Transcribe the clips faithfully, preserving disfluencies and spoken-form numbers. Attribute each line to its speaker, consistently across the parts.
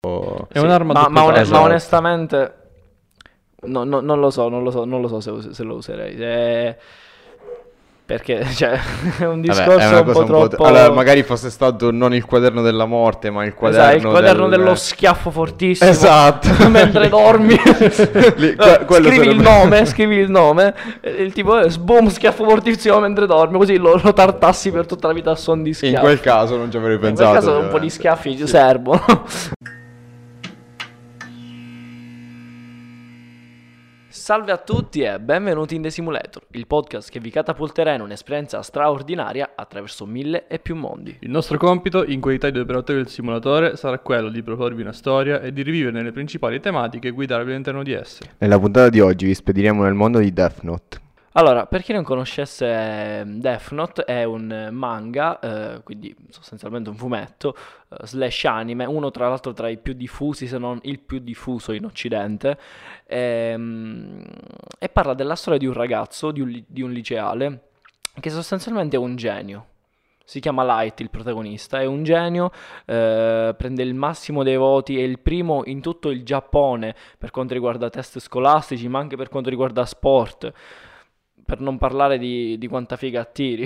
Speaker 1: È sì, un'arma
Speaker 2: ma, ma, on-
Speaker 1: esatto.
Speaker 2: ma onestamente no, no, non lo so, non lo so, non lo so se, se lo userei. Se... Perché, cioè, è un discorso
Speaker 3: Vabbè, è una
Speaker 2: un
Speaker 3: cosa
Speaker 2: po'
Speaker 3: un po'
Speaker 2: troppo...
Speaker 3: t- allora, magari fosse stato non il quaderno della morte, ma il quaderno,
Speaker 2: esatto, il quaderno
Speaker 3: del...
Speaker 2: dello schiaffo fortissimo.
Speaker 3: Esatto.
Speaker 2: Mentre dormi.
Speaker 3: Lì, que- quello
Speaker 2: scrivi
Speaker 3: sarebbe...
Speaker 2: il nome, scrivi il nome, e il tipo, eh, boom, schiaffo fortissimo mentre dormi, così lo, lo tartassi per tutta la vita a son di schiaffi.
Speaker 3: In quel caso non ci avrei
Speaker 2: In
Speaker 3: pensato.
Speaker 2: quel caso un po'
Speaker 3: ovviamente.
Speaker 2: di schiaffi ci
Speaker 3: Sì.
Speaker 2: servono. Salve a tutti e benvenuti in The Simulator, il podcast che vi catapulterà in un'esperienza straordinaria attraverso mille e più mondi.
Speaker 1: Il nostro compito, in qualità di operatori del simulatore, sarà quello di proporvi una storia e di rivivere le principali tematiche e guidarvi all'interno di esse.
Speaker 3: Nella puntata di oggi vi spediremo nel mondo di Death Note.
Speaker 2: Allora, per chi non conoscesse Death Note, è un manga, eh, quindi sostanzialmente un fumetto, eh, slash anime, uno tra l'altro tra i più diffusi, se non il più diffuso in Occidente, ehm, e parla della storia di un ragazzo, di un, li- di un liceale, che sostanzialmente è un genio. Si chiama Light il protagonista, è un genio, eh, prende il massimo dei voti, è il primo in tutto il Giappone per quanto riguarda test scolastici, ma anche per quanto riguarda sport. Per non parlare di, di quanta figa attiri.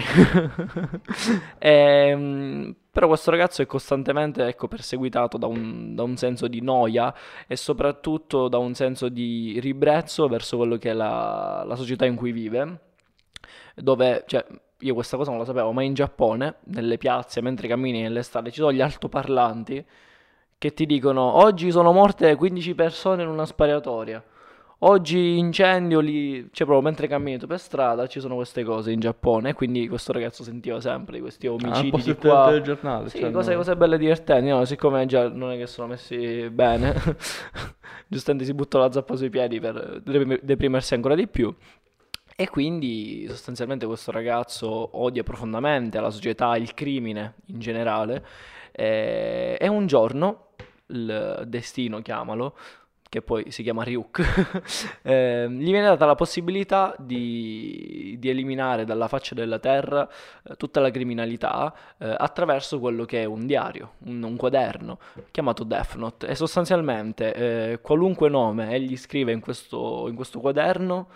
Speaker 2: Ehm, però questo ragazzo è costantemente, ecco, perseguitato da un, da un senso di noia e soprattutto da un senso di ribrezzo verso quello che è la, la società in cui vive, dove, cioè, io questa cosa non la sapevo, ma in Giappone, nelle piazze, mentre cammini nelle strade, ci sono gli altoparlanti che ti dicono: oggi sono morte quindici persone in una sparatoria. Oggi incendio lì, cioè proprio mentre cammini tu per strada ci sono queste cose in Giappone, e quindi questo ragazzo sentiva sempre di questi
Speaker 1: Ah, un
Speaker 2: omicidi
Speaker 1: po'
Speaker 2: di
Speaker 1: sul
Speaker 2: qua.
Speaker 1: telegiornale.
Speaker 2: Sì,
Speaker 1: cioè,
Speaker 2: cose,
Speaker 1: no.
Speaker 2: cose belle divertenti, no, siccome già non è che sono messi bene, giustamente si buttò la zappa sui piedi per deprim- deprimersi ancora di più. E quindi sostanzialmente questo ragazzo odia profondamente la società, il crimine in generale, e, e un giorno il destino, chiamalo, che poi si chiama Ryuk, eh, gli viene data la possibilità di, di eliminare dalla faccia della terra eh, tutta la criminalità eh, attraverso quello che è un diario, un, un quaderno chiamato Death Note. E sostanzialmente eh, qualunque nome egli scrive in questo, in questo quaderno,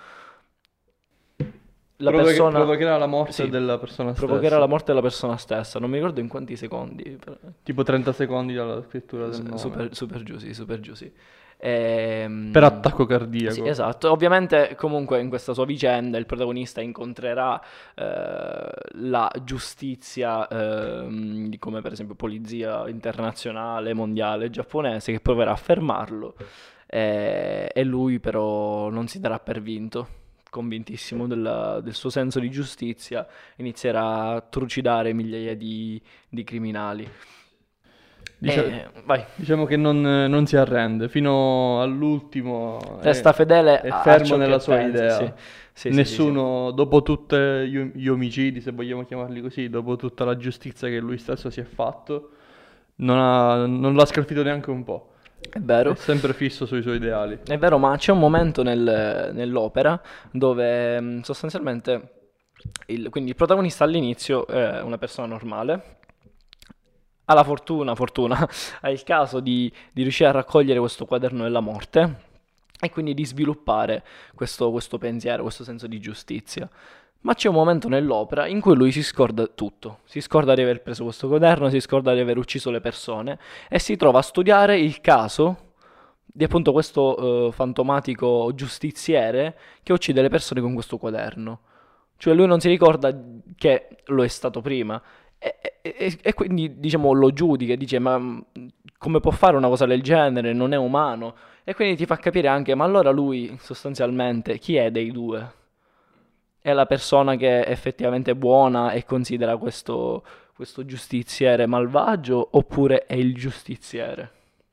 Speaker 2: la
Speaker 1: Provoca-
Speaker 2: persona
Speaker 1: provocherà la morte
Speaker 2: sì,
Speaker 1: della persona stessa.
Speaker 2: provocherà la morte della persona stessa. Non mi ricordo in quanti secondi. però-
Speaker 1: Tipo trenta secondi dalla scrittura del
Speaker 2: su-
Speaker 1: nome.
Speaker 2: super, super giù, sì, super giù, sì. Ehm,
Speaker 1: Per attacco cardiaco.
Speaker 2: Sì, esatto. Ovviamente, comunque, in questa sua vicenda il protagonista incontrerà eh, la giustizia, ehm, di come per esempio polizia internazionale, mondiale, giapponese, che proverà a fermarlo. eh, e lui però non si darà per vinto, convintissimo della- del suo senso di giustizia, inizierà a trucidare migliaia di, di criminali.
Speaker 1: Dice-
Speaker 2: Eh, vai.
Speaker 1: Diciamo che non, non si arrende fino all'ultimo.
Speaker 2: Resta
Speaker 1: è-
Speaker 2: fedele
Speaker 1: è
Speaker 2: a- a
Speaker 1: fermo
Speaker 2: ciò
Speaker 1: nella
Speaker 2: che
Speaker 1: sua
Speaker 2: pensa,
Speaker 1: idea.
Speaker 2: sì. Sì, sì, sì,
Speaker 1: Nessuno, dopo tutti gli, gli omicidi, se vogliamo chiamarli così, dopo tutta la giustizia che lui stesso si è fatto, non, ha- non l'ha scalfito neanche un po'.
Speaker 2: sì. È vero.
Speaker 1: È sempre fisso sui suoi ideali.
Speaker 2: È vero, ma c'è un momento nel- nell'opera dove mh, sostanzialmente il, quindi il protagonista all'inizio è una persona normale. Ha la fortuna, fortuna, ha il caso di, di riuscire a raccogliere questo quaderno della morte e quindi di sviluppare questo, questo pensiero, questo senso di giustizia. Ma c'è un momento nell'opera in cui lui si scorda tutto, si scorda di aver preso questo quaderno, si scorda di aver ucciso le persone e si trova a studiare il caso di appunto questo eh, fantomatico giustiziere che uccide le persone con questo quaderno. Cioè lui non si ricorda che lo è stato prima e, e- e- e quindi diciamo lo giudica e dice: ma mh, come può fare una cosa del genere? Non è umano. E quindi ti fa capire anche: ma allora lui sostanzialmente chi è dei due? È la persona che è effettivamente buona e considera questo, questo giustiziere malvagio, oppure è il giustiziere?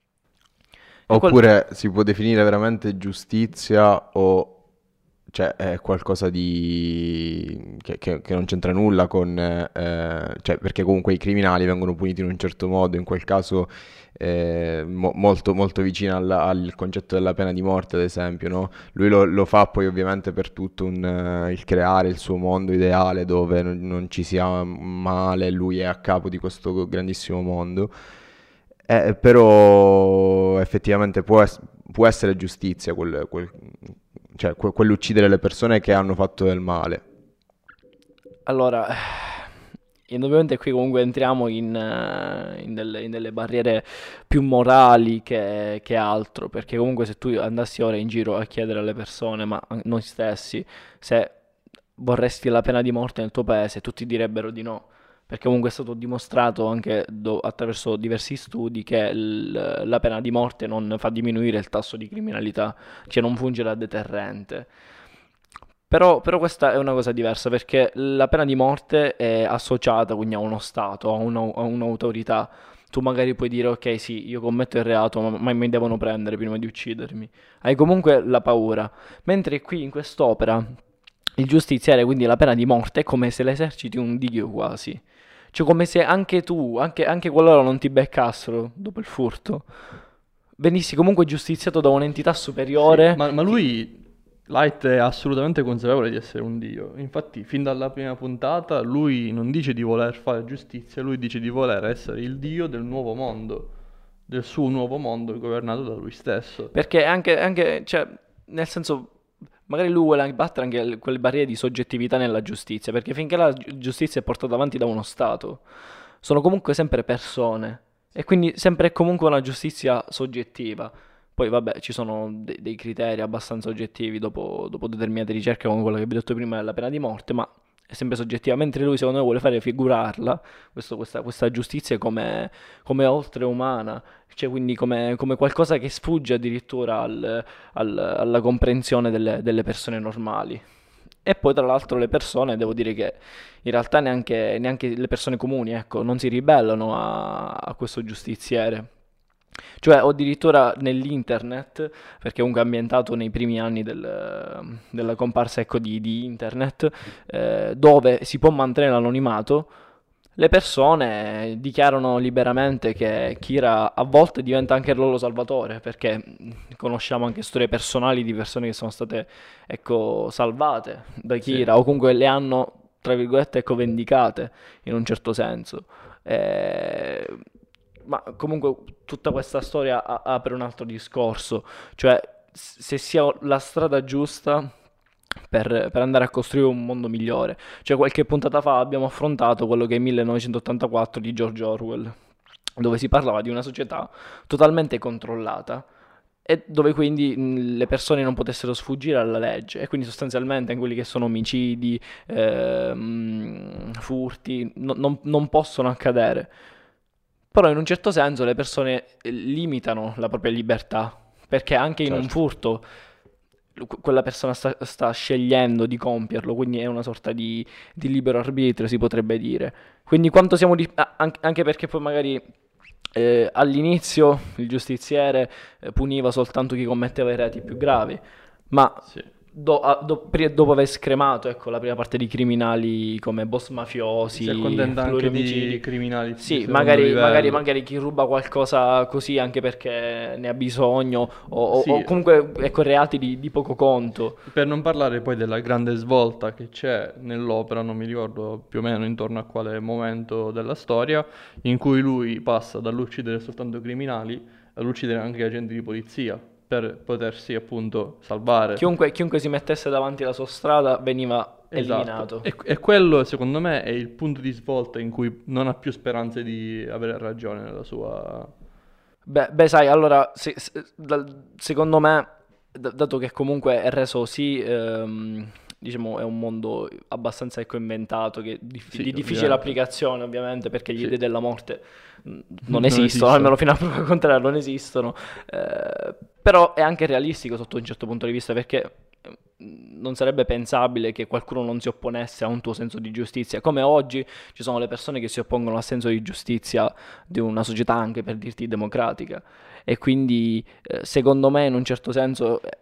Speaker 2: E quel-
Speaker 3: Oppure si può definire veramente giustizia o cioè è qualcosa di che, che- che non c'entra nulla con eh, cioè perché comunque i criminali vengono puniti in un certo modo, in quel caso eh, mo- molto, molto vicino alla- al concetto della pena di morte, ad esempio, no? Lui lo, lo fa poi ovviamente per tutto un, eh, il creare il suo mondo ideale dove non, non ci sia male, lui è a capo di questo grandissimo mondo. Eh, però effettivamente può, es- può essere giustizia quel, quel- cioè que- quell'uccidere le persone che hanno fatto del male.
Speaker 2: Allora, indubbiamente qui comunque entriamo in, eh, in delle, in delle barriere più morali che, che altro, perché comunque se tu andassi ora in giro a chiedere alle persone, ma a noi stessi, se vorresti la pena di morte nel tuo paese, tutti direbbero di no, perché comunque è stato dimostrato anche do- attraverso diversi studi che il- la pena di morte non fa diminuire il tasso di criminalità, cioè non funge da deterrente. Però, però questa è una cosa diversa perché la pena di morte è associata quindi a uno Stato, a, una- a un'autorità. Tu magari puoi dire ok, sì, io commetto il reato, ma, ma mi devono prendere prima di uccidermi. Hai comunque la paura. Mentre qui in quest'opera il giustiziere, quindi la pena di morte, è come se l'eserciti un dio quasi. Cioè come se anche tu, anche, anche qualora non ti beccassero dopo il furto, venissi comunque giustiziato da un'entità
Speaker 1: Sì,
Speaker 2: superiore.
Speaker 1: ma, ma
Speaker 2: che-
Speaker 1: lui, Light, è assolutamente consapevole di essere un dio. Infatti, fin dalla prima puntata, lui non dice di voler fare giustizia, lui dice di voler essere il dio del nuovo mondo, del suo nuovo mondo governato da lui stesso.
Speaker 2: Perché anche, anche, cioè, nel senso, magari lui vuole battere anche le- quelle barriere di soggettività nella giustizia, perché finché la gi- giustizia è portata avanti da uno Stato, sono comunque sempre persone, e quindi sempre e comunque una giustizia soggettiva. Poi vabbè, ci sono de- dei criteri abbastanza oggettivi dopo, dopo determinate ricerche, come quello che vi ho detto prima della pena di morte, ma è sempre soggettiva, mentre lui secondo me vuole fare figurarla, questo- questa, questa giustizia come, come oltreumana, cioè quindi come, come qualcosa che sfugge addirittura al- al- alla comprensione delle, delle persone normali. E poi tra l'altro le persone, devo dire che in realtà neanche, neanche le persone comuni, ecco, non si ribellano a, a questo giustiziere. Cioè, o addirittura nell'internet, perché comunque è ambientato nei primi anni del- della comparsa, ecco, di, di internet, eh, dove si può mantenere l'anonimato, le persone dichiarano liberamente che Kira a volte diventa anche il loro salvatore, perché mh, conosciamo anche storie personali di persone che sono state, ecco, salvate da
Speaker 1: Sì.
Speaker 2: Kira, o comunque le hanno, tra virgolette, ecco, vendicate in un certo senso. Eh, ma comunque tutta questa storia a- apre un altro discorso, cioè s- se sia la strada giusta per, per andare a costruire un mondo migliore. Cioè qualche puntata fa abbiamo affrontato quello che è millenovecentottantaquattro di George Orwell, dove si parlava di una società totalmente controllata e dove quindi mh, le persone non potessero sfuggire alla legge e quindi sostanzialmente in quelli che sono omicidi, ehm, furti, no- non non possono accadere. Però in un certo senso le persone eh, limitano la propria libertà, perché anche in un
Speaker 3: Certo.
Speaker 2: furto que- quella persona sta, sta scegliendo di compierlo, quindi è una sorta di, di libero arbitrio, si potrebbe dire. Quindi quanto siamo di- ah, an- anche perché poi magari eh, all'inizio il giustiziere eh, puniva soltanto chi commetteva i reati più gravi, ma
Speaker 1: Sì.
Speaker 2: do- a- do- pri- dopo aver scremato, ecco, la prima parte di criminali come boss
Speaker 1: Si
Speaker 2: mafiosi,
Speaker 1: accontenta anche di
Speaker 2: pluriomicidi.
Speaker 1: criminali di
Speaker 2: Sì,
Speaker 1: secondo
Speaker 2: magari, magari,
Speaker 1: livello.
Speaker 2: magari chi ruba qualcosa così anche perché ne ha bisogno, o, o- o
Speaker 1: Sì,
Speaker 2: comunque ecco, reati di, di poco conto.
Speaker 1: per non parlare poi della grande svolta che c'è nell'opera, non mi ricordo più o meno intorno a quale momento della storia, in cui lui passa dall'uccidere soltanto criminali all'uccidere anche agenti di polizia per potersi appunto salvare.
Speaker 2: Chiunque, chiunque si mettesse davanti alla sua strada veniva
Speaker 1: Esatto.
Speaker 2: eliminato.
Speaker 1: E, e quello secondo me è il punto di svolta in cui non ha più speranze di avere ragione nella sua...
Speaker 2: Beh, beh, sai, allora, se- se- dal- secondo me, d- dato che comunque è reso sì, ehm, diciamo, è un mondo abbastanza ecco, inventato, che dif-
Speaker 1: Sì,
Speaker 2: di difficile
Speaker 1: ovviamente.
Speaker 2: applicazione, ovviamente, perché gli
Speaker 1: Sì.
Speaker 2: dei della morte mh, non
Speaker 1: Non
Speaker 2: esistono,
Speaker 1: esistono.
Speaker 2: almeno fino a prova contraria non esistono, eh, però è anche realistico sotto un certo punto di vista, perché eh, non sarebbe pensabile che qualcuno non si opponesse a un tuo senso di giustizia, come oggi ci sono le persone che si oppongono al senso di giustizia di una società anche per dirti democratica e quindi eh, secondo me in un certo senso eh,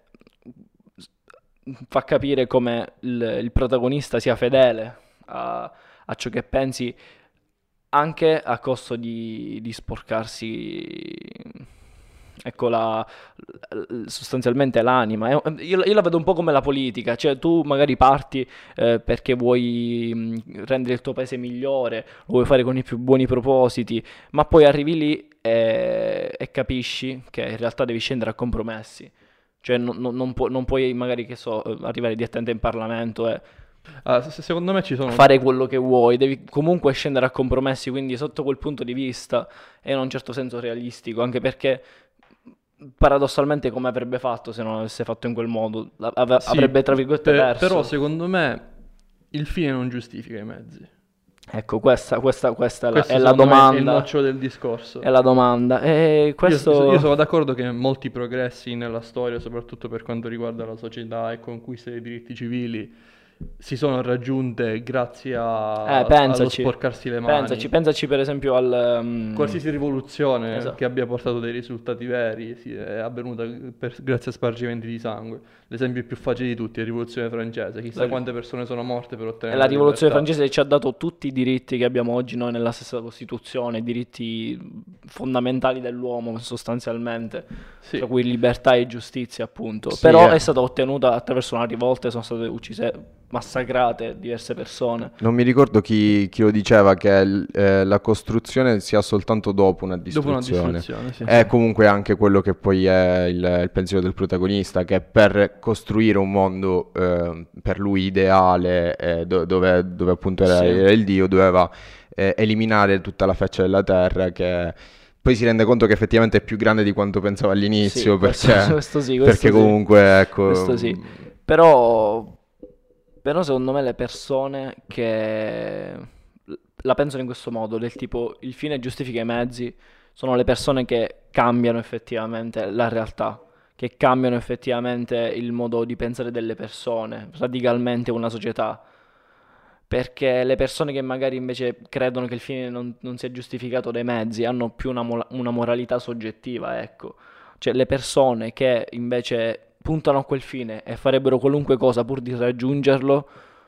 Speaker 2: fa capire come il, il protagonista sia fedele a, a ciò che pensi anche a costo di, di sporcarsi ecco, la, l- sostanzialmente l'anima. È- Io, io la vedo un po' come la politica, cioè tu magari parti eh, perché vuoi mh, rendere il tuo paese migliore, lo vuoi fare con i più buoni propositi, ma poi arrivi lì e, e capisci che in realtà devi scendere a compromessi. Cioè non, non- non pu- non puoi magari, che so, eh, arrivare direttamente in Parlamento e
Speaker 1: Ah, se- secondo me ci sono...
Speaker 2: fare quello che vuoi, devi comunque scendere a compromessi, quindi sotto quel punto di vista è in un certo senso realistico, anche perché paradossalmente come avrebbe fatto se non avesse fatto in quel modo? Ave-
Speaker 1: Sì,
Speaker 2: avrebbe tra virgolette
Speaker 1: pe-
Speaker 2: perso.
Speaker 1: però secondo me il fine non giustifica i mezzi.
Speaker 2: Ecco, questa, questa, questa è la,
Speaker 1: Questo
Speaker 2: è la
Speaker 1: secondo me è il
Speaker 2: domanda.
Speaker 1: nocciolo del discorso.
Speaker 2: È la domanda. E
Speaker 1: Io,
Speaker 2: questo...
Speaker 1: io sono d'accordo che molti progressi nella storia, soprattutto per quanto riguarda la società e conquiste dei diritti civili, si sono raggiunte grazie a-
Speaker 2: Eh,
Speaker 1: allo
Speaker 2: pensaci.
Speaker 1: sporcarsi le mani.
Speaker 2: Pensaci, pensaci per esempio al... um,
Speaker 1: Qualsiasi rivoluzione
Speaker 2: Esatto.
Speaker 1: che abbia portato dei risultati veri sì, è avvenuta per- grazie a spargimenti di sangue. L'esempio più facile di tutti è la rivoluzione francese. Chissà
Speaker 2: La-
Speaker 1: quante persone sono morte per
Speaker 2: È
Speaker 1: ottenere
Speaker 2: la rivoluzione
Speaker 1: libertà.
Speaker 2: francese che ci ha dato tutti i diritti che abbiamo oggi noi nella stessa Costituzione, diritti fondamentali dell'uomo sostanzialmente,
Speaker 1: Sì.
Speaker 2: tra cui libertà e giustizia appunto.
Speaker 3: Sì,
Speaker 2: Però
Speaker 3: eh.
Speaker 2: è stata ottenuta attraverso una rivolta e sono state uccise, massacrate diverse persone.
Speaker 3: Non mi ricordo chi, chi lo diceva che l- eh, la costruzione sia soltanto dopo una
Speaker 1: Dopo una
Speaker 3: distruzione.
Speaker 1: distruzione, sì.
Speaker 3: È comunque anche quello che poi è il, il pensiero del protagonista, che per costruire un mondo eh, per lui ideale, eh, do- dove, dove appunto era,
Speaker 2: Sì.
Speaker 3: era il dio, doveva eh, eliminare tutta la faccia della terra, che poi si rende conto che effettivamente è più grande di quanto pensava all'inizio,
Speaker 2: Sì, questo-
Speaker 3: perché,
Speaker 2: questo sì, questo
Speaker 3: perché
Speaker 2: sì.
Speaker 3: comunque ecco...
Speaker 2: Questo sì. Però, però secondo me le persone che la pensano in questo modo, del tipo il fine giustifica i mezzi, sono le persone che cambiano effettivamente la realtà, che cambiano effettivamente il modo di pensare delle persone, radicalmente una società. Perché le persone che magari invece credono che il fine non, non sia giustificato dai mezzi hanno più una, mo- una moralità soggettiva, ecco. Cioè le persone che invece puntano a quel fine e farebbero qualunque cosa pur di raggiungerlo,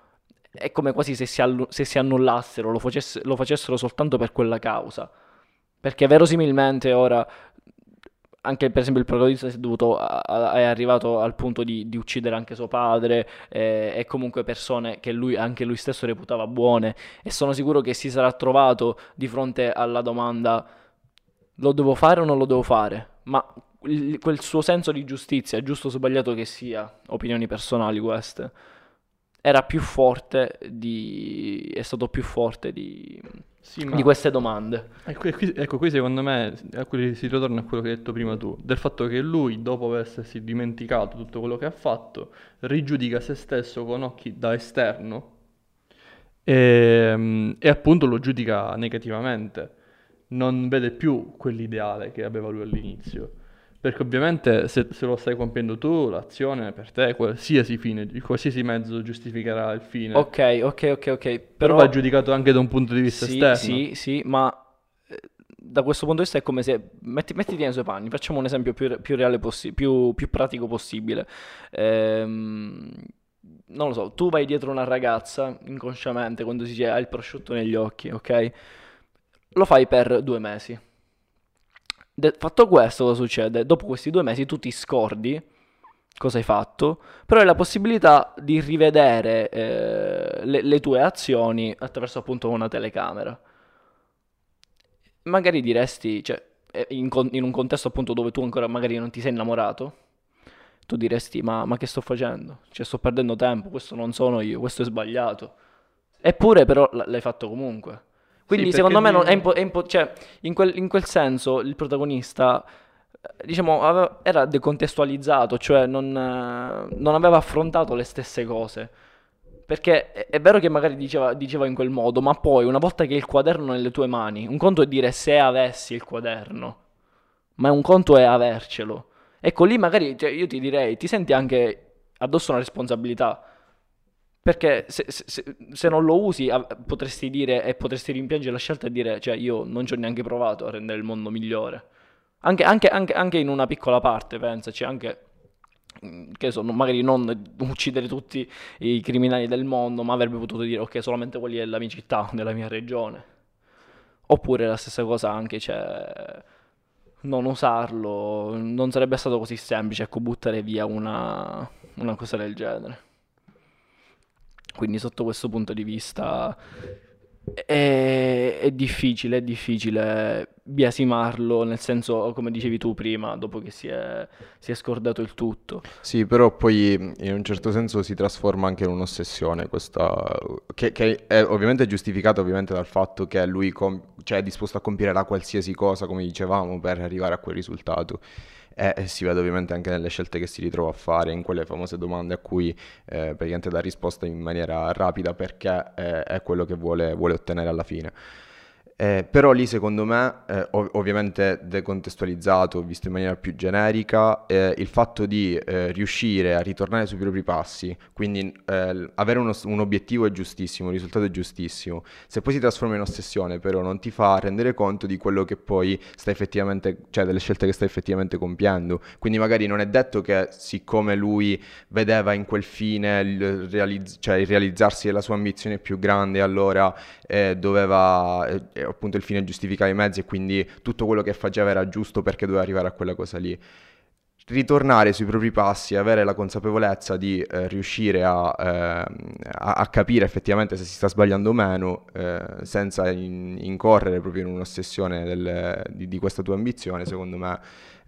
Speaker 2: è come quasi se si, allu- se si annullassero, lo facess- lo facessero soltanto per quella causa. Perché verosimilmente ora, anche per esempio il protagonista si è, dovuto, a- a- è arrivato al punto di, di uccidere anche suo padre eh, e comunque persone che lui, anche lui stesso reputava buone, e sono sicuro che si sarà trovato di fronte alla domanda: lo devo fare o non lo devo fare? Ma il- quel suo senso di giustizia, giusto o sbagliato che sia, opinioni personali queste, era più forte di... è stato più forte di,
Speaker 1: Sì, ma
Speaker 2: di queste domande.
Speaker 1: ecco qui, ecco, qui secondo me a quelli- si ritorna a quello che hai detto prima tu, del fatto che lui, dopo essersi dimenticato tutto quello che ha fatto, rigiudica se stesso con occhi da esterno e, e appunto lo giudica negativamente. Non vede più quell'ideale che aveva lui all'inizio. Perché ovviamente se, se lo stai compiendo tu, l'azione per te, qualsiasi fine, qualsiasi mezzo giustificherà il fine.
Speaker 2: Ok, ok, ok, ok.
Speaker 1: Però
Speaker 2: Però
Speaker 1: va giudicato anche da un punto di vista
Speaker 2: sì,
Speaker 1: esterno.
Speaker 2: sì, sì, ma eh, da questo punto di vista è come se metti, mettiti nei suoi panni, facciamo un esempio più, più reale possi- più, più pratico possibile. Ehm, non lo so, tu vai dietro una ragazza inconsciamente quando si dice hai il prosciutto negli occhi, ok? Lo fai per due mesi. De- fatto questo, cosa succede? Dopo questi due mesi tu ti scordi cosa hai fatto, però hai la possibilità di rivedere eh, le, le tue azioni attraverso appunto una telecamera. Magari diresti, cioè, eh, in, con- in un contesto appunto dove tu ancora magari non ti sei innamorato, tu diresti, ma, ma che sto facendo? Cioè, sto perdendo tempo, questo non sono io, questo è sbagliato. Eppure però l- l'hai fatto comunque. Quindi
Speaker 1: Sì,
Speaker 2: secondo me
Speaker 1: perché
Speaker 2: non, è,
Speaker 1: di-
Speaker 2: impo- è impo- cioè, in quel, in quel senso il protagonista, eh, diciamo, aveva- era decontestualizzato, cioè non, eh, non aveva affrontato le stesse cose. Perché è, è vero che magari diceva, diceva in quel modo, ma poi una volta che il quaderno è nelle tue mani, un conto è dire se avessi il quaderno, ma un conto è avercelo. Ecco, lì magari cioè, io ti direi, ti senti anche addosso una responsabilità. Perché se, se- se- se non lo usi av- potresti dire e potresti rimpiangere la scelta e dire, cioè io non ci ho neanche provato a rendere il mondo migliore. Anche, anche- anche- anche in una piccola parte, pensaci, anche, mm, che so, non- magari non uccidere tutti i criminali del mondo, ma avrebbe potuto dire, ok, solamente quelli della mia città, della mia regione. Oppure la stessa cosa anche c'è, non usarlo, non sarebbe stato così semplice, ecco, buttare via una, una cosa del genere. Quindi sotto questo punto di vista è, è difficile, è difficile biasimarlo, nel senso, come dicevi tu prima, dopo che si è, si è scordato il tutto.
Speaker 3: Sì, però poi in un certo senso si trasforma anche in un'ossessione, questa, che, che è ovviamente giustificata ovviamente dal fatto che lui com- cioè, è disposto a compiere la qualsiasi cosa, come dicevamo, per arrivare a quel risultato. E e si vede ovviamente anche nelle scelte che si ritrova a fare, in quelle famose domande a cui eh, praticamente dà risposta in maniera rapida perché eh, è quello che vuole, vuole ottenere alla fine. Eh, però lì secondo me, eh, ov- ovviamente decontestualizzato, visto in maniera più generica, eh, il fatto di eh, riuscire a ritornare sui propri passi, quindi eh, l- avere uno s- un obiettivo è giustissimo, un risultato è giustissimo. Se poi si trasforma in ossessione, però non ti fa rendere conto di quello che poi stai effettivamente, cioè delle scelte che stai effettivamente compiendo. Quindi magari non è detto che siccome lui vedeva in quel fine il, realizz- cioè il realizzarsi della sua ambizione più grande, allora eh, doveva, eh, appunto il fine giustificava i mezzi e quindi tutto quello che faceva era giusto perché doveva arrivare a quella cosa lì. Ritornare sui propri passi, avere la consapevolezza di eh, riuscire a, ehm, a- a capire effettivamente se si sta sbagliando o meno, eh, senza in- incorrere proprio in un'ossessione del- di, di questa tua ambizione, secondo me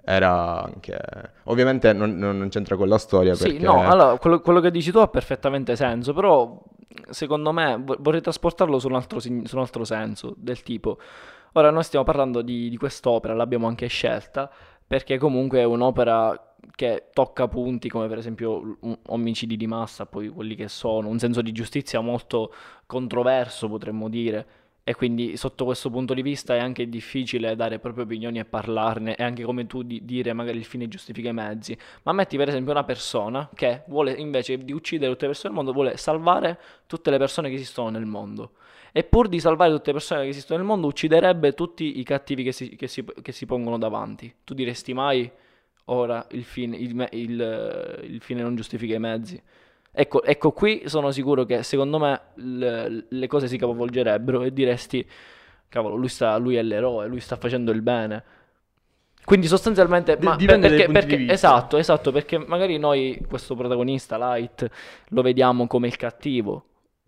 Speaker 3: era anche... Ovviamente non, non- non c'entra con la storia
Speaker 2: Sì,
Speaker 3: perché...
Speaker 2: no, allora, quello, quello che dici tu ha perfettamente senso, però secondo me vo- vorrei trasportarlo su un altro, sign- su un altro senso, del tipo, ora noi stiamo parlando di, di quest'opera, l'abbiamo anche scelta, perché comunque è un'opera che tocca punti come per esempio l- um- omicidi di massa, poi quelli che sono, un senso di giustizia molto controverso, potremmo dire. E quindi sotto questo punto di vista è anche difficile dare proprie opinioni e parlarne, e anche come tu di dire magari il fine giustifica i mezzi. Ma metti per esempio una persona che vuole invece di uccidere tutte le persone del mondo, vuole salvare tutte le persone che esistono nel mondo. E pur di salvare tutte le persone che esistono nel mondo, ucciderebbe tutti i cattivi che si, che si- che si pongono davanti. Tu diresti mai, ora il fine, il me- il- il fine non giustifica i mezzi? Ecco, ecco, qui sono sicuro che secondo me le, le cose si capovolgerebbero e diresti, cavolo, lui, sta, lui è l'eroe, lui sta facendo il bene. Quindi sostanzialmente,
Speaker 1: D-
Speaker 2: ma per-
Speaker 1: dipende dai
Speaker 2: perché,
Speaker 1: punti di
Speaker 2: perché-
Speaker 1: vista.
Speaker 2: esatto, esatto, perché magari noi questo protagonista, Light, lo vediamo come il cattivo,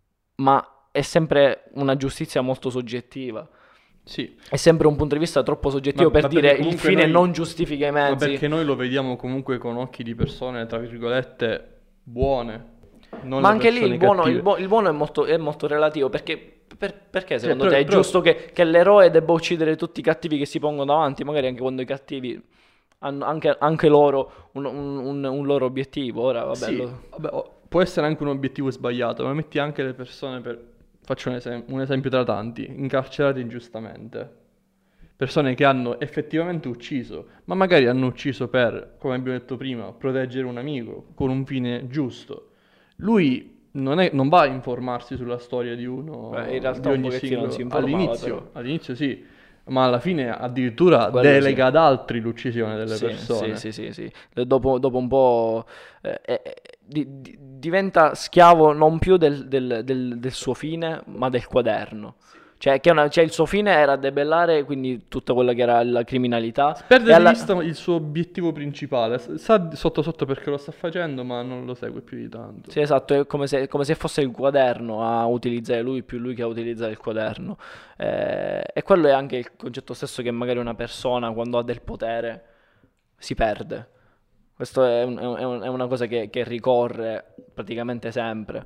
Speaker 2: ma è sempre una giustizia molto soggettiva.
Speaker 1: Sì,
Speaker 2: È sempre un punto di vista troppo soggettivo
Speaker 1: Ma-
Speaker 2: per
Speaker 1: ma
Speaker 2: dire
Speaker 1: perché
Speaker 2: il
Speaker 1: comunque
Speaker 2: fine
Speaker 1: noi-
Speaker 2: non giustifica i
Speaker 1: ma
Speaker 2: mezzi.
Speaker 1: perché noi lo vediamo comunque con occhi di persone, tra virgolette, buone, non
Speaker 2: Ma
Speaker 1: le
Speaker 2: anche lì
Speaker 1: persone
Speaker 2: il buono, il
Speaker 1: cattive.
Speaker 2: buo- il buono è molto, è molto relativo perché, per- perché secondo
Speaker 1: però-
Speaker 2: te è
Speaker 1: però-
Speaker 2: giusto che, che l'eroe debba uccidere tutti i cattivi che si pongono davanti, magari anche quando i cattivi hanno anche, anche loro un, un- un- un loro obiettivo. Ora, vabbè,
Speaker 1: Sì,
Speaker 2: lo-
Speaker 1: vabbè, oh, può essere anche un obiettivo sbagliato, ma metti anche le persone per... Faccio un, esem- un esempio tra tanti, incarcerate ingiustamente. Persone che hanno effettivamente ucciso, ma magari hanno ucciso per, come abbiamo detto prima, proteggere un amico, con un fine giusto. Lui non, è- non va a informarsi sulla storia di uno,
Speaker 2: Beh, in realtà
Speaker 1: di
Speaker 2: un
Speaker 1: ogni
Speaker 2: pochettino
Speaker 1: singolo...
Speaker 2: non si informava,
Speaker 1: all'inizio,
Speaker 2: però.
Speaker 1: all'inizio sì, ma alla fine addirittura
Speaker 2: Quello
Speaker 1: delega
Speaker 2: sì.
Speaker 1: ad altri l'uccisione delle
Speaker 2: Sì,
Speaker 1: persone.
Speaker 2: sì, sì, sì, sì. E Dopo, dopo un po' eh, eh, di- di- diventa schiavo non più del, del- del- del suo fine, ma del quaderno. Cioè, che una- cioè, il suo fine era debellare quindi tutta quella che era la criminalità.
Speaker 1: Perde
Speaker 2: e
Speaker 1: di
Speaker 2: alla-
Speaker 1: vista il suo obiettivo principale, S- sa sotto sotto perché lo sta facendo, ma non lo segue più di tanto.
Speaker 2: Sì, esatto, è come se, come se fosse il quaderno a utilizzare lui, più lui che a utilizzare il quaderno. Eh, e quello è anche il concetto stesso che magari una persona quando ha del potere si perde. Questo è, un- è un- è una cosa che, che ricorre praticamente sempre.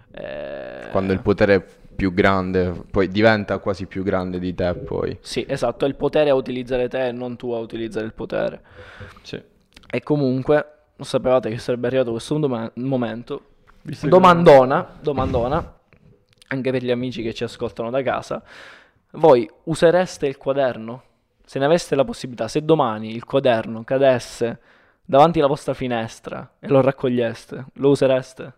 Speaker 2: Eh,
Speaker 3: Quando il potere è più grande, poi diventa quasi più grande di te poi.
Speaker 2: Sì, esatto, è il potere a utilizzare te e non tu a utilizzare il potere.
Speaker 1: Sì.
Speaker 2: E comunque, non sapevate che sarebbe arrivato questo doma- momento.
Speaker 1: Visto che-
Speaker 2: Domandona, domandona, anche per gli amici che ci ascoltano da casa. Voi usereste il quaderno? Se ne aveste la possibilità, se domani il quaderno cadesse davanti alla vostra finestra e lo raccoglieste, lo usereste?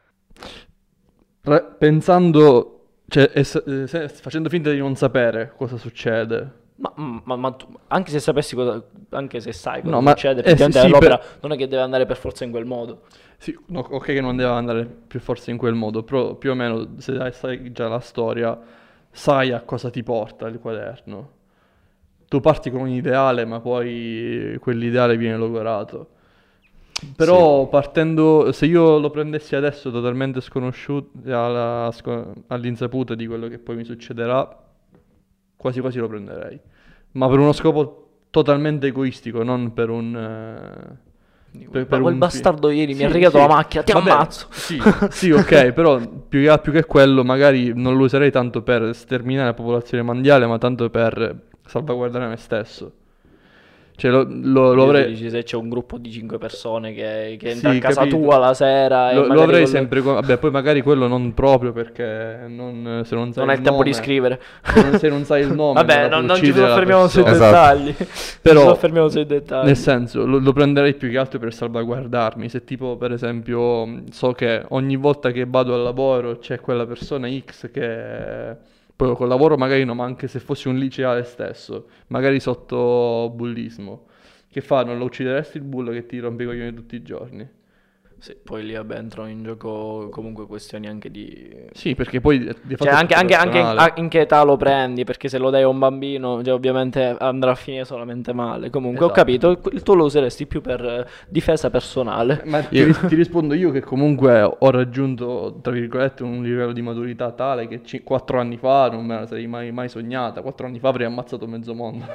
Speaker 1: Ra- pensando, cioè, es- eh, se- facendo finta di non sapere cosa succede.
Speaker 2: Ma, ma- ma tu- anche se sapessi cosa, anche se sai cosa
Speaker 1: No, ma-
Speaker 2: succede,
Speaker 1: eh, sì,
Speaker 2: effettivamente
Speaker 1: sì,
Speaker 2: l'opera
Speaker 1: per-
Speaker 2: non è che deve andare per forza in quel modo.
Speaker 1: Sì, no, ok che non deve andare per forza in quel modo, però più o meno se sai- sai già la storia, sai a cosa ti porta il quaderno. tu parti con un ideale, ma poi quell'ideale viene logorato. Però partendo, se io lo prendessi adesso totalmente sconosciuto, alla- sco- all'insaputa di quello che poi mi succederà, quasi quasi lo prenderei. Ma per uno scopo totalmente egoistico, non per un... eh, per,
Speaker 2: Ma
Speaker 1: per
Speaker 2: quel
Speaker 1: un fi-
Speaker 2: bastardo ieri mi
Speaker 1: Sì,
Speaker 2: ha rigato
Speaker 1: sì.
Speaker 2: la macchina, ti
Speaker 1: Vabbè,
Speaker 2: ammazzo.
Speaker 1: Sì, sì, ok, però più che, più che quello magari non lo userei tanto per sterminare la popolazione mondiale, ma tanto per salvaguardare me stesso. Cioè lo, lo, lo
Speaker 2: Io
Speaker 1: avrei...
Speaker 2: ti dici, se c'è un gruppo di cinque persone che, che entra
Speaker 1: Sì,
Speaker 2: a casa
Speaker 1: capito.
Speaker 2: tua la sera e
Speaker 1: Lo, lo
Speaker 2: magari
Speaker 1: avrei
Speaker 2: con-
Speaker 1: sempre... con- Vabbè, poi magari quello non proprio perché non, se non sai
Speaker 2: non hai
Speaker 1: il
Speaker 2: il tempo di
Speaker 1: nome-
Speaker 2: scrivere.
Speaker 1: Se non, se non sai il nome...
Speaker 2: Vabbè,
Speaker 1: allora
Speaker 2: non,
Speaker 1: puoi
Speaker 2: non ci
Speaker 1: uccidere la
Speaker 2: soffermiamo sui
Speaker 1: persona.
Speaker 3: Esatto.
Speaker 2: dettagli.
Speaker 1: Però,
Speaker 2: ci soffermiamo sui dettagli.
Speaker 1: Nel senso, lo, lo prenderei più che altro per salvaguardarmi. Se tipo, per esempio, mh, so che ogni volta che vado al lavoro c'è quella persona X che... Poi col lavoro magari no, ma anche se fossi un liceale stesso, magari sotto bullismo. Che fa? Non lo uccideresti il bullo che ti rompe i coglioni tutti i giorni?
Speaker 2: Sì, poi lì vabbè, entrano in gioco comunque questioni anche di...
Speaker 1: Sì, perché poi di fatto
Speaker 2: Cioè
Speaker 1: è
Speaker 2: anche,
Speaker 1: tutto
Speaker 2: anche, anche in,
Speaker 1: personale.
Speaker 2: a- in che età lo prendi, perché se lo dai a un bambino, cioè, ovviamente andrà a finire solamente male. Comunque ho
Speaker 1: Esatto.
Speaker 2: capito, il- il tuo lo useresti più per eh, difesa personale.
Speaker 1: Ma ti, ris- ti rispondo io che comunque ho raggiunto, tra virgolette, un livello di maturità tale che ci- quattro anni fa non me la sarei mai, mai sognata. Quattro anni fa avrei ammazzato mezzo mondo.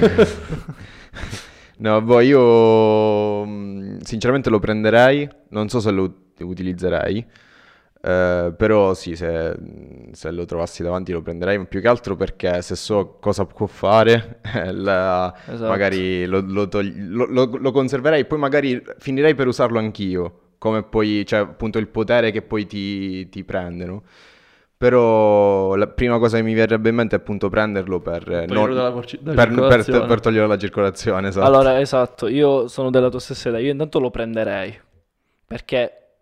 Speaker 3: No, boh, io mh, sinceramente lo prenderei, non so se lo ut- utilizzerei, eh, però sì, se, se lo trovassi davanti lo prenderei, ma più che altro perché se so cosa può fare, eh, la-
Speaker 2: Esatto.
Speaker 3: magari lo, lo togli- lo- lo- lo conserverei, poi magari finirei per usarlo anch'io, come poi, cioè appunto il potere che poi ti, ti prende, no? Però la prima cosa che mi verrebbe in mente è appunto prenderlo per, eh,
Speaker 1: Toglierlo
Speaker 3: non-
Speaker 1: dalla porci- dalla
Speaker 3: per, per,
Speaker 1: circolazione.
Speaker 3: per togliere la circolazione, esatto.
Speaker 2: Allora, esatto, io sono della tua stessa idea. Io intanto lo prenderei perché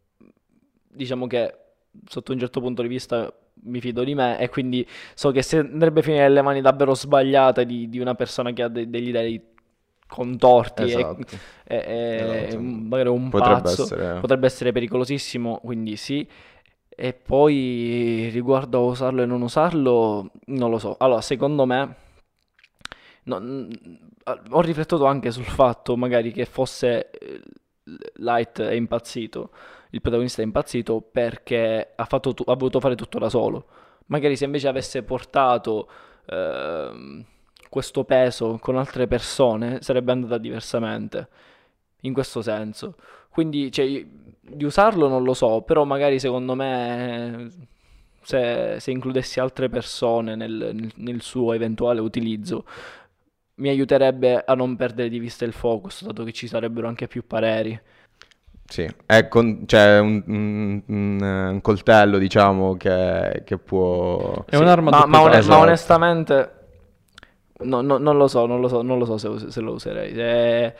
Speaker 2: diciamo che sotto un certo punto di vista mi fido di me e quindi so che se andrebbe a finire nelle mani davvero sbagliate di, di una persona che ha de- degli idei contorti e-
Speaker 3: Esatto.
Speaker 2: e, e
Speaker 3: Esatto.
Speaker 2: magari un
Speaker 3: Potrebbe
Speaker 2: pazzo,
Speaker 3: essere-
Speaker 2: potrebbe essere pericolosissimo, quindi sì. E poi riguardo a usarlo e non usarlo, non lo so. Allora, secondo me, no, n- ho riflettuto anche sul fatto magari che fosse eh, Light è impazzito, il protagonista è impazzito perché ha, fatto tu- ha voluto fare tutto da solo. Magari se invece avesse portato ehm, questo peso con altre persone sarebbe andata diversamente, in questo senso. Quindi, cioè, di usarlo non lo so, però magari secondo me se, se includessi altre persone nel, nel- nel suo eventuale utilizzo mi aiuterebbe a non perdere di vista il focus, dato che ci sarebbero anche più pareri.
Speaker 3: Sì, è con- cioè un, un- un- un coltello, diciamo, che, che può...
Speaker 1: È un'arma a
Speaker 2: Ma,
Speaker 1: doppio
Speaker 2: ma, one-
Speaker 1: taglio.
Speaker 2: ma onestamente no- no- non lo so, non lo so, non lo so se, us- se lo userei. Se-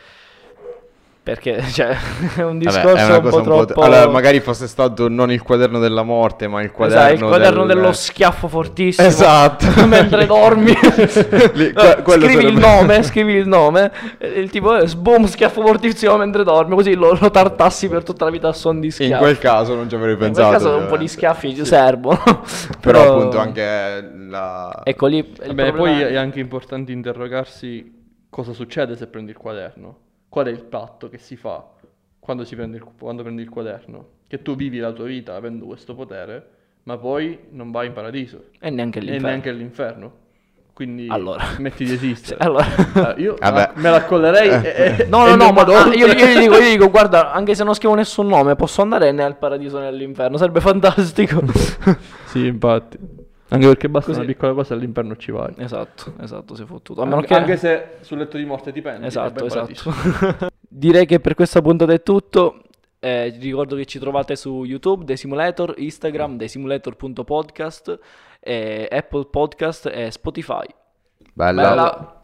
Speaker 2: Perché, cioè, è un
Speaker 3: Vabbè,
Speaker 2: discorso
Speaker 3: è una
Speaker 2: un
Speaker 3: cosa
Speaker 2: po'
Speaker 3: un po'
Speaker 2: troppo...
Speaker 3: Allora, magari fosse stato non il quaderno della morte, ma il quaderno,
Speaker 2: Esatto, il quaderno
Speaker 3: del-
Speaker 2: dello schiaffo fortissimo.
Speaker 3: Esatto.
Speaker 2: Mentre dormi.
Speaker 3: Lì, que-
Speaker 2: Eh,
Speaker 3: quello
Speaker 2: scrivi il
Speaker 3: sarebbe-
Speaker 2: nome, scrivi il nome. e il tipo, eh, sboom, schiaffo fortissimo mentre dormi. Così lo, lo tartassi per tutta la vita a son di
Speaker 3: In
Speaker 2: schiaffi.
Speaker 3: quel caso non ci avrei
Speaker 2: In quel
Speaker 3: pensato.
Speaker 2: caso un po' di
Speaker 3: ovviamente.
Speaker 2: schiaffi ci servono.
Speaker 3: Però appunto anche la...
Speaker 2: Ecco lì. il
Speaker 1: Vabbè,
Speaker 2: problema
Speaker 1: poi
Speaker 2: è-
Speaker 1: è anche importante interrogarsi cosa succede se prendi il quaderno. Qual è il patto che si fa quando, si prende il, quando prendi il quaderno? Che tu vivi la tua vita avendo questo potere, ma poi non vai in paradiso
Speaker 2: E neanche
Speaker 1: e
Speaker 2: l'inferno.
Speaker 1: neanche all'inferno. Quindi
Speaker 2: Allora.
Speaker 1: smetti di esistere.
Speaker 2: Allora.
Speaker 1: Eh, io
Speaker 3: Vabbè.
Speaker 1: me la accollerei e, e-
Speaker 2: No,
Speaker 1: e
Speaker 2: no, no,
Speaker 1: non
Speaker 2: ma
Speaker 1: vado
Speaker 2: ah,
Speaker 1: oltre.
Speaker 2: io, io gli dico, io gli dico, guarda, anche se non scrivo nessun nome, posso andare né al paradiso né all'inferno, sarebbe fantastico.
Speaker 1: Sì, infatti. Anche perché basta
Speaker 2: Così.
Speaker 1: una piccola cosa e all'inferno ci vai.
Speaker 2: Esatto, esatto, sei fottuto. A meno
Speaker 1: Anche,
Speaker 2: che...
Speaker 1: anche se sul letto di morte ti penti.
Speaker 2: Esatto,
Speaker 1: e vai in
Speaker 2: esatto.
Speaker 1: paradiso.
Speaker 2: Direi che per questa puntata è tutto. Eh, vi ricordo che ci trovate su YouTube, The Simulator, Instagram, the simulator punto podcast, eh, Apple Podcast e Spotify.
Speaker 3: Bella.
Speaker 2: Bella.